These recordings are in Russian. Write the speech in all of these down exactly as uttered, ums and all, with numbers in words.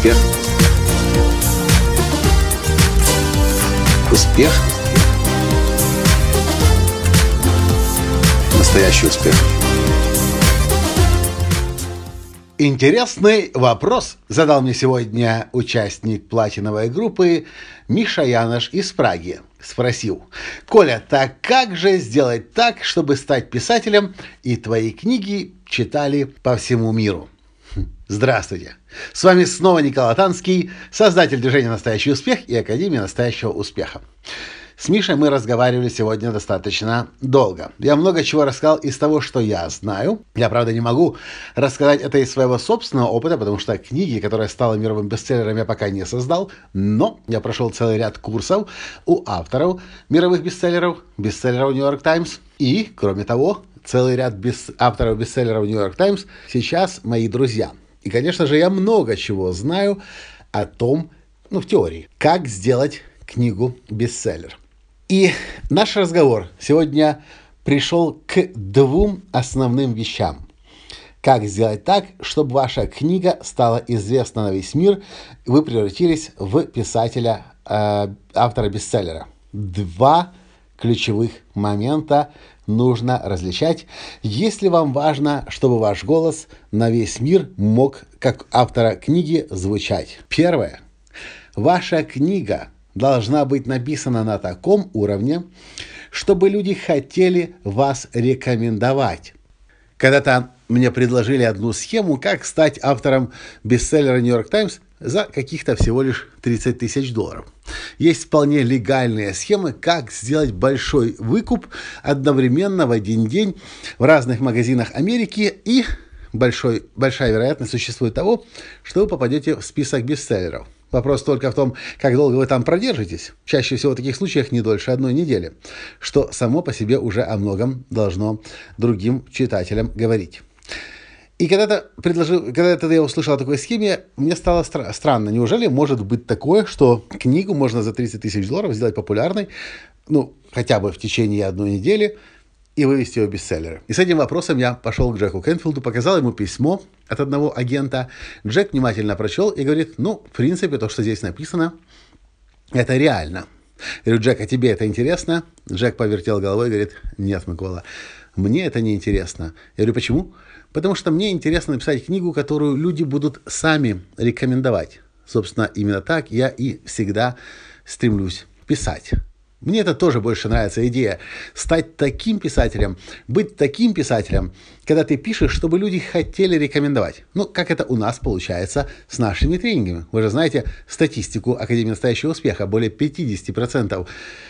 Успех. Успех. Настоящий успех. Интересный вопрос задал мне сегодня участник платиновой группы Миша Янош из Праги. Спросил: Коля, так как же сделать так, чтобы стать писателем и твои книги читали по всему миру? Здравствуйте! С вами снова Николай Танский, создатель движения «Настоящий успех» и Академии настоящего успеха. С Мишей мы разговаривали сегодня достаточно долго. Я много чего рассказал из того, что я знаю. Я, правда, не могу рассказать это из своего собственного опыта, потому что книги, которая стала мировым бестселлером, я пока не создал. Но я прошел целый ряд курсов у авторов мировых бестселлеров, бестселлеров «Нью-Йорк Таймс». И, кроме того, целый ряд бес... авторов бестселлеров «Нью-Йорк Таймс» сейчас мои друзья. И, конечно же, я много чего знаю о том, ну, в теории, как сделать книгу бестселлер. И наш разговор сегодня пришел к двум основным вещам. Как сделать так, чтобы ваша книга стала известна на весь мир, и вы превратились в писателя, э, автора бестселлера. Два ключевых момента нужно различать, если вам важно, чтобы ваш голос на весь мир мог, как автора книги, звучать. Первое. Ваша книга должна быть написана на таком уровне, чтобы люди хотели вас рекомендовать. Когда-то мне предложили одну схему, как стать автором бестселлера «Нью-Йорк Таймс» за каких-то всего лишь тридцать тысяч долларов. Есть вполне легальные схемы, как сделать большой выкуп одновременно в один день в разных магазинах Америки, и большой, большая вероятность существует того, что вы попадете в список бестселлеров. Вопрос только в том, как долго вы там продержитесь. Чаще всего в таких случаях не дольше одной недели, что само по себе уже о многом должно другим читателям говорить. И когда-то, предложил, когда-то я услышал о такой схеме, мне стало стра- странно. Неужели может быть такое, что книгу можно за тридцать тысяч долларов сделать популярной, ну, хотя бы в течение одной недели, и вывести ее в бестселлеры? И с этим вопросом я пошел к Джеку Кенфилду, показал ему письмо от одного агента. Джек внимательно прочел и говорит: ну, в принципе, то, что здесь написано, это реально. Я говорю: Джек, а тебе это интересно? Джек повертел головой и говорит: нет, Микола, мне это не интересно. Я говорю: почему? Потому что мне интересно написать книгу, которую люди будут сами рекомендовать. Собственно, именно так я и всегда стремлюсь писать. Мне это тоже больше нравится идея. Стать таким писателем, быть таким писателем, когда ты пишешь, чтобы люди хотели рекомендовать. Ну, как это у нас получается с нашими тренингами. Вы же знаете статистику Академии настоящего успеха. Более пятьдесят процентов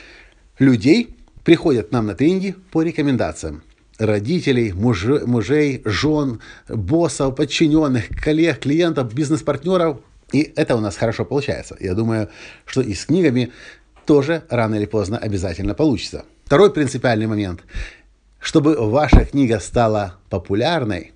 людей приходят к нам на тренинги по рекомендациям. Родителей, муж, мужей, жен, боссов, подчиненных, коллег, клиентов, бизнес-партнеров. И это у нас хорошо получается. Я думаю, что и с книгами тоже рано или поздно обязательно получится. Второй принципиальный момент. Чтобы ваша книга стала популярной,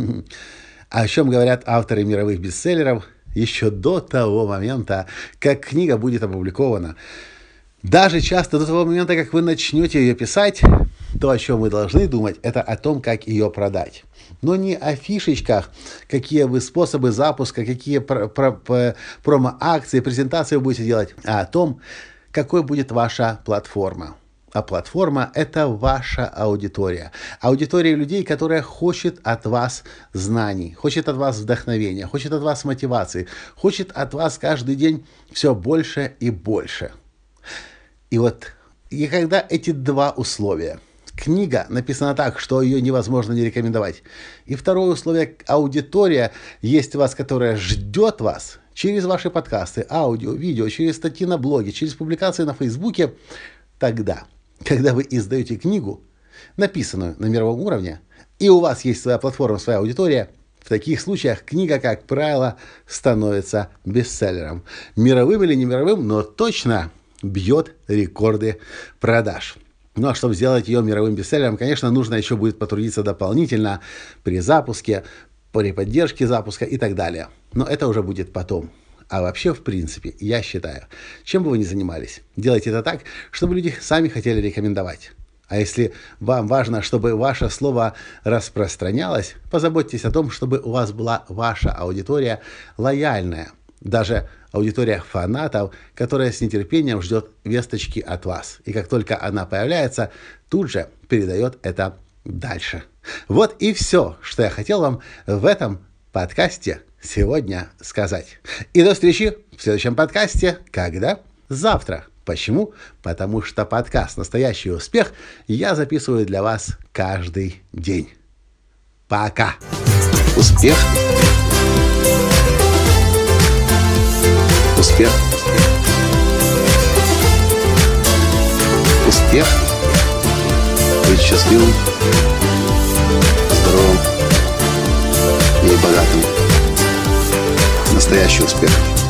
о чем говорят авторы мировых бестселлеров еще до того момента, как книга будет опубликована. Даже часто до того момента, как вы начнете ее писать, то, о чем вы должны думать, это о том, как ее продать. Но не о фишечках, какие вы способы запуска, какие про- про- промо-акции, презентации вы будете делать, а о том, какой будет ваша платформа. А платформа – это ваша аудитория. Аудитория людей, которая хочет от вас знаний, хочет от вас вдохновения, хочет от вас мотивации, хочет от вас каждый день все больше и больше. И вот, и когда эти два условия – книга написана так, что ее невозможно не рекомендовать. И второе условие – аудитория есть у вас, которая ждет вас через ваши подкасты, аудио, видео, через статьи на блоге, через публикации на Фейсбуке. Тогда, когда вы издаете книгу, написанную на мировом уровне, и у вас есть своя платформа, своя аудитория, в таких случаях книга, как правило, становится бестселлером. Мировым или не мировым, но точно бьет рекорды продаж. Ну а чтобы сделать ее мировым бестселлером, конечно, нужно еще будет потрудиться дополнительно при запуске, при поддержке запуска и так далее. Но это уже будет потом. А вообще, в принципе, я считаю, чем бы вы ни занимались, делайте это так, чтобы люди сами хотели рекомендовать. А если вам важно, чтобы ваше слово распространялось, позаботьтесь о том, чтобы у вас была ваша аудитория лояльная, Даже аудитория фанатов, которая с нетерпением ждет весточки от вас. И как только она появляется, тут же передает это дальше. Вот и все, что я хотел вам в этом подкасте сегодня сказать. И до встречи в следующем подкасте. Когда? Завтра. Почему? Потому что подкаст «Настоящий успех» я записываю для вас каждый день. Пока. Успех. Успех. Успех. Быть счастливым, здоровым и богатым. Настоящий успех.